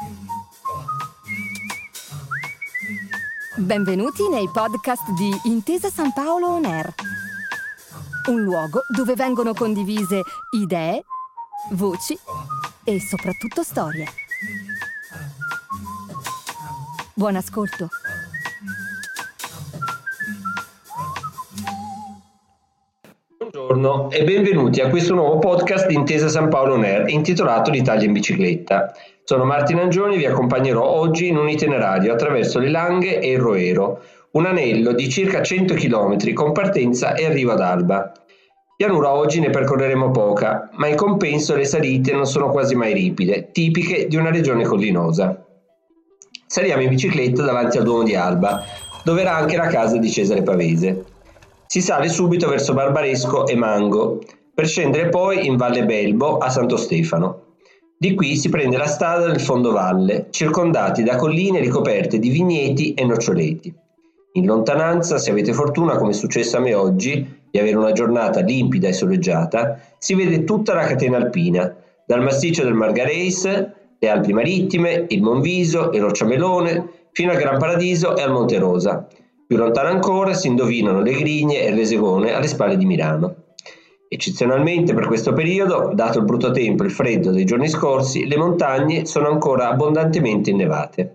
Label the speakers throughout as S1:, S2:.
S1: Benvenuti nei podcast di Intesa San Paolo On Air, un luogo dove vengono condivise idee, voci e soprattutto storie. Buon ascolto.
S2: Buongiorno e benvenuti a questo nuovo podcast di Intesa San Paolo On Air intitolato L'Italia in bicicletta. Sono Martin Angioni e vi accompagnerò oggi in un itinerario attraverso le Langhe e il Roero, un anello di circa 100 km con partenza e arrivo ad Alba. Pianura oggi ne percorreremo poca, ma in compenso le salite non sono quasi mai ripide, tipiche di una regione collinosa. Saliamo in bicicletta davanti al Duomo di Alba, dove era anche la casa di Cesare Pavese. Si sale subito verso Barbaresco e Mango, per scendere poi in Valle Belbo a Santo Stefano. Di qui si prende la strada del fondovalle, circondati da colline ricoperte di vigneti e noccioleti. In lontananza, se avete fortuna, come è successo a me oggi, di avere una giornata limpida e soleggiata, si vede tutta la catena alpina, dal massiccio del Margareis, le Alpi Marittime, il Monviso, il Rocciamelone, fino al Gran Paradiso e al Monte Rosa. Più lontano ancora si indovinano le Grigne e il Resegone alle spalle di Milano. Eccezionalmente per questo periodo, dato il brutto tempo e il freddo dei giorni scorsi, le montagne sono ancora abbondantemente innevate.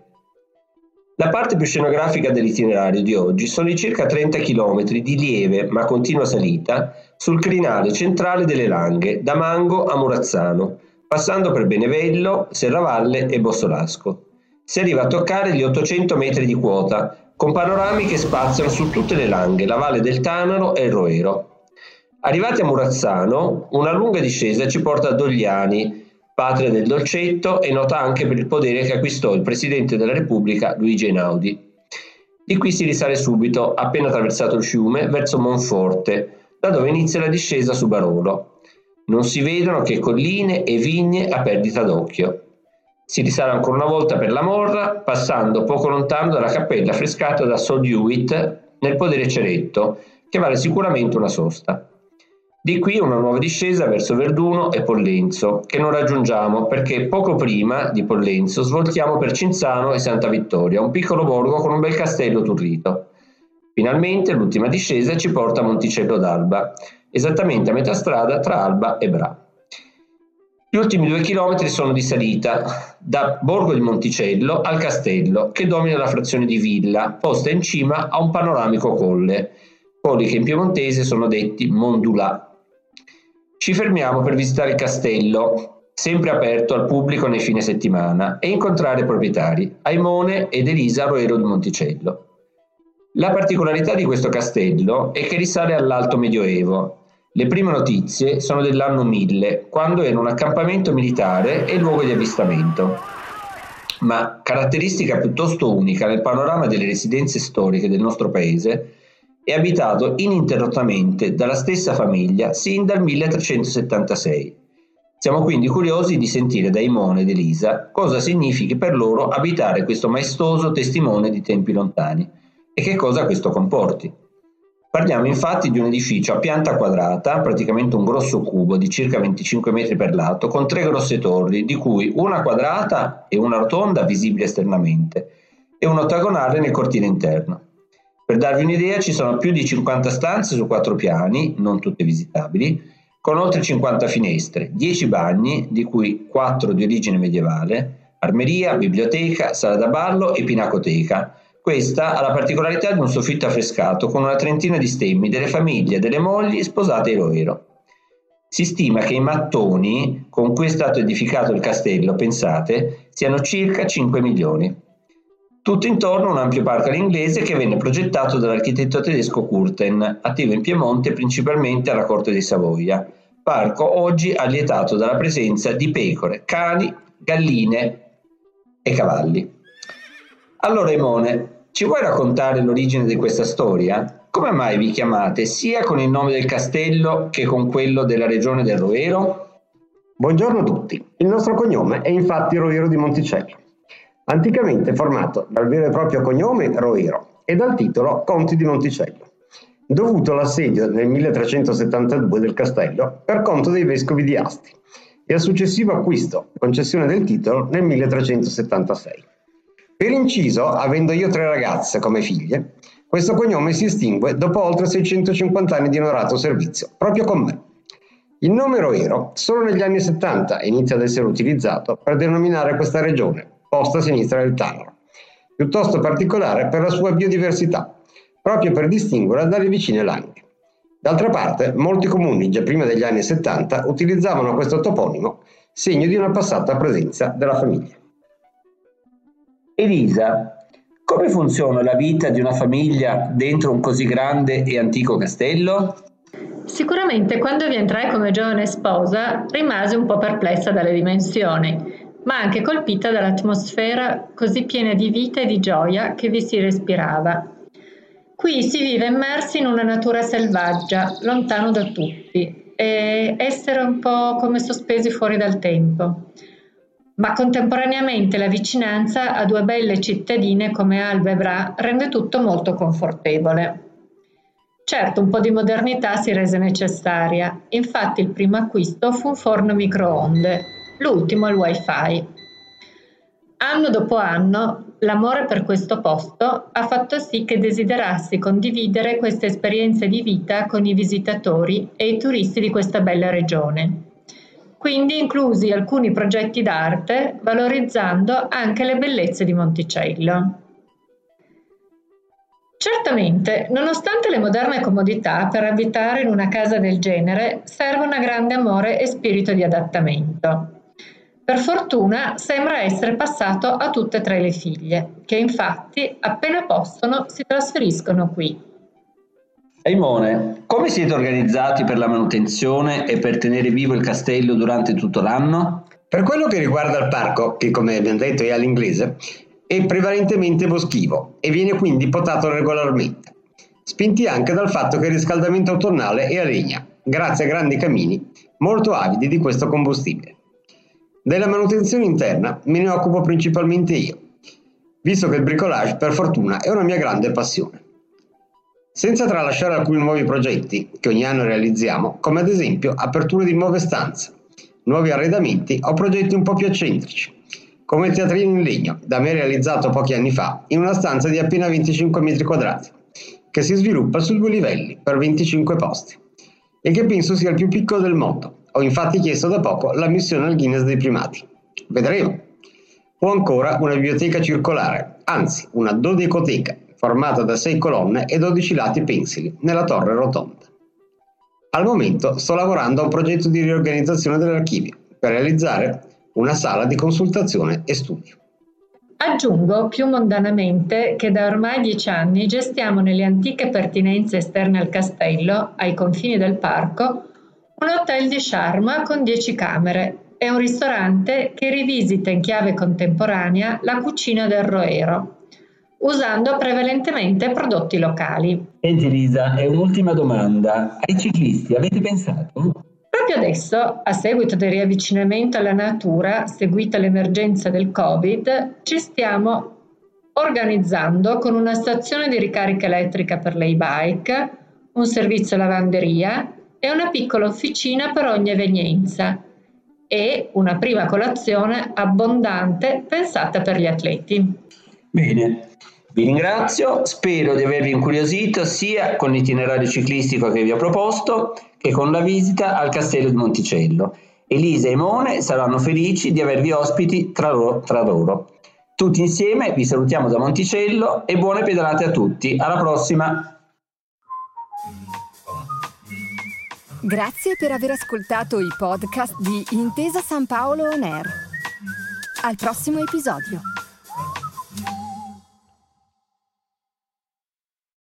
S2: La parte più scenografica dell'itinerario di oggi sono i circa 30 km di lieve ma continua salita sul crinale centrale delle Langhe, da Mango a Murazzano, passando per Benevello, Serravalle e Bossolasco. Si arriva a toccare gli 800 metri di quota, con panorami che spaziano su tutte le Langhe, la Valle del Tanaro e il Roero. Arrivati a Murazzano, una lunga discesa ci porta a Dogliani, patria del dolcetto e nota anche per il potere che acquistò il Presidente della Repubblica Luigi Einaudi. Di qui si risale subito, appena attraversato il fiume, verso Monforte, da dove inizia la discesa su Barolo. Non si vedono che colline e vigne a perdita d'occhio. Si risale ancora una volta per la Morra, passando poco lontano dalla cappella affrescata da Sol Hewitt nel podere Ceretto, che vale sicuramente una sosta. Di qui una nuova discesa verso Verduno e Pollenzo, che non raggiungiamo perché poco prima di Pollenzo svoltiamo per Cinzano e Santa Vittoria, un piccolo borgo con un bel castello turrito. Finalmente l'ultima discesa ci porta a Monticello d'Alba, esattamente a metà strada tra Alba e Bra. Gli ultimi 2 chilometri sono di salita, da Borgo di Monticello al castello, che domina la frazione di Villa, posta in cima a un panoramico colle, colli che in piemontese sono detti Mondulà. Ci fermiamo per visitare il castello, sempre aperto al pubblico nei fine settimana, e incontrare i proprietari, Aimone ed Elisa Roero di Monticello. La particolarità di questo castello è che risale all'Alto Medioevo. Le prime notizie sono dell'anno 1000, quando era un accampamento militare e luogo di avvistamento. Ma caratteristica piuttosto unica nel panorama delle residenze storiche del nostro paese, è abitato ininterrottamente dalla stessa famiglia sin dal 1376. Siamo quindi curiosi di sentire da Aimone ed Elisa cosa significhi per loro abitare questo maestoso testimone di tempi lontani e che cosa questo comporti. Parliamo infatti di un edificio a pianta quadrata, praticamente un grosso cubo di circa 25 metri per lato, con 3 grosse torri, di cui una quadrata e una rotonda visibile esternamente, e un ottagonale nel cortile interno. Per darvi un'idea, ci sono più di 50 stanze su 4 piani, non tutte visitabili, con oltre 50 finestre, 10 bagni, di cui 4 di origine medievale, armeria, biblioteca, sala da ballo e pinacoteca. Questa ha la particolarità di un soffitto affrescato con una trentina di stemmi delle famiglie e delle mogli sposate ai Roero. Si stima che i mattoni con cui è stato edificato il castello, pensate, siano circa 5 milioni. Tutto intorno un ampio parco all'inglese che venne progettato dall'architetto tedesco Curten, attivo in Piemonte principalmente alla corte di Savoia. Parco oggi allietato dalla presenza di pecore, cani, galline e cavalli. Allora Aimone, ci vuoi raccontare l'origine di questa storia? Come mai vi chiamate sia con il nome del castello che con quello della regione del Roero?
S3: Buongiorno a tutti, il nostro cognome è infatti Roero di Monticello, anticamente formato dal vero e proprio cognome Roero e dal titolo Conti di Monticello, dovuto all'assedio nel 1372 del castello per conto dei vescovi di Asti, e al successivo acquisto e concessione del titolo nel 1376. Per inciso, avendo io 3 ragazze come figlie, questo cognome si estingue dopo oltre 650 anni di onorato servizio, proprio con me. Il nome Roero solo negli anni 70 inizia ad essere utilizzato per denominare questa regione, posta a sinistra del Tanaro, piuttosto particolare per la sua biodiversità, proprio per distinguerla dalle vicine Langhe. D'altra parte, molti comuni già prima degli anni 70 utilizzavano questo toponimo, segno di una passata presenza della famiglia.
S2: Elisa, come funziona la vita di una famiglia dentro un così grande e antico castello?
S4: Sicuramente quando vi entrai come giovane sposa rimasi un po' perplessa dalle dimensioni, ma anche colpita dall'atmosfera così piena di vita e di gioia che vi si respirava. Qui si vive immersi in una natura selvaggia, lontano da tutti, e essere un po' come sospesi fuori dal tempo. Ma contemporaneamente la vicinanza a 2 belle cittadine come Alba e Bra rende tutto molto confortevole. Certo, un po' di modernità si rese necessaria, infatti il primo acquisto fu un forno microonde, l'ultimo il wifi. Anno dopo anno, l'amore per questo posto ha fatto sì che desiderassi condividere queste esperienze di vita con i visitatori e i turisti di questa bella regione. Quindi inclusi alcuni progetti d'arte, valorizzando anche le bellezze di Monticello. Certamente, nonostante le moderne comodità, per abitare in una casa del genere serve un grande amore e spirito di adattamento. Per fortuna sembra essere passato a tutte e 3 le figlie, che infatti appena possono si trasferiscono qui.
S2: Simone, come siete organizzati per la manutenzione e per tenere vivo il castello durante tutto l'anno?
S3: Per quello che riguarda il parco, che come abbiamo detto è all'inglese, è prevalentemente boschivo e viene quindi potato regolarmente, spinti anche dal fatto che il riscaldamento autunnale è a legna, grazie a grandi camini molto avidi di questo combustibile. Della manutenzione interna me ne occupo principalmente io, visto che il bricolage per fortuna è una mia grande passione. Senza tralasciare alcuni nuovi progetti che ogni anno realizziamo, come ad esempio aperture di nuove stanze, nuovi arredamenti o progetti un po' più eccentrici, come il teatrino in legno, da me realizzato pochi anni fa, in una stanza di appena 25 metri quadrati, che si sviluppa su 2 livelli per 25 posti, e che penso sia il più piccolo del mondo. Ho infatti chiesto da poco l'ammissione al Guinness dei primati. Vedremo. O ancora una biblioteca circolare, anzi una dodecoteca, formata da 6 colonne e 12 lati pensili, nella torre rotonda. Al momento sto lavorando a un progetto di riorganizzazione dell'archivio, per realizzare una sala di consultazione e studio.
S4: Aggiungo più mondanamente che da ormai 10 anni gestiamo nelle antiche pertinenze esterne al castello, ai confini del parco, un hotel di charme con 10 camere e un ristorante che rivisita in chiave contemporanea la cucina del Roero, usando prevalentemente prodotti locali.
S2: Senti Elisa, è un'ultima domanda. Ai ciclisti avete pensato?
S4: Proprio adesso, a seguito del riavvicinamento alla natura, seguita l'emergenza del Covid, ci stiamo organizzando con una stazione di ricarica elettrica per le e-bike, un servizio lavanderia e una piccola officina per ogni evenienza e una prima colazione abbondante pensata per gli atleti.
S2: Bene, vi ringrazio, spero di avervi incuriosito sia con l'itinerario ciclistico che vi ho proposto che con la visita al castello di Monticello. Elisa e Simone saranno felici di avervi ospiti tra loro. Tutti insieme vi salutiamo da Monticello e buone pedalate a tutti. Alla prossima!
S1: Grazie per aver ascoltato i podcast di Intesa San Paolo On Air. Al prossimo episodio.